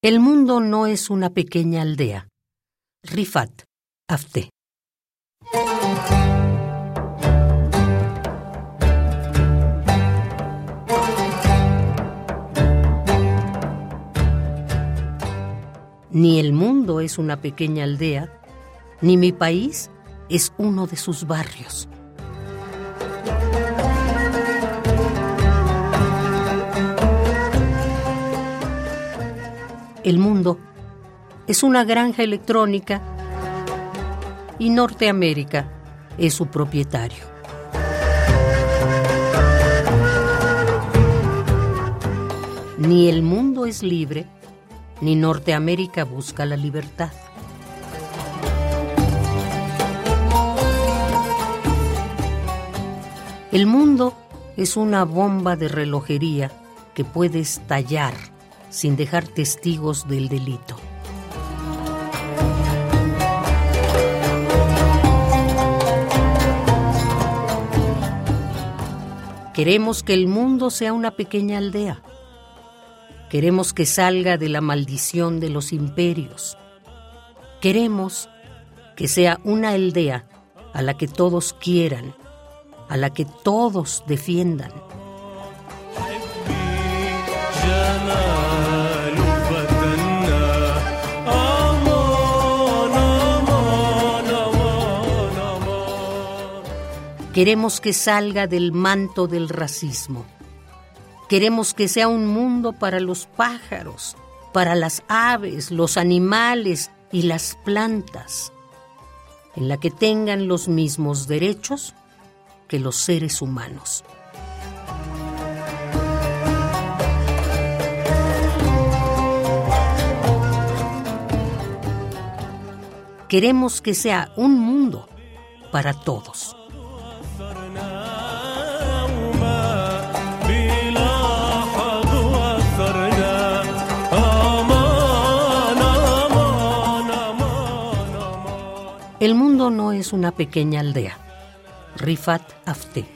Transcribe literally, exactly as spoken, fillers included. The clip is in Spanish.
El mundo no es una pequeña aldea. Rifat Afteh. Ni el mundo es una pequeña aldea, ni mi país es uno de sus barrios. El mundo es una granja electrónica y Norteamérica es su propietario. Ni el mundo es libre, ni Norteamérica busca la libertad. El mundo es una bomba de relojería que puede estallar sin dejar testigos del delito. Queremos que el mundo sea una pequeña aldea. Queremos que salga de la maldición de los imperios. Queremos que sea una aldea a la que todos quieran, a la que todos defiendan. Queremos que salga del manto del racismo. Queremos que sea un mundo para los pájaros, para las aves, los animales y las plantas, en la que tengan los mismos derechos que los seres humanos. Queremos que sea un mundo para todos. El mundo no es una pequeña aldea. Rifat Afteh.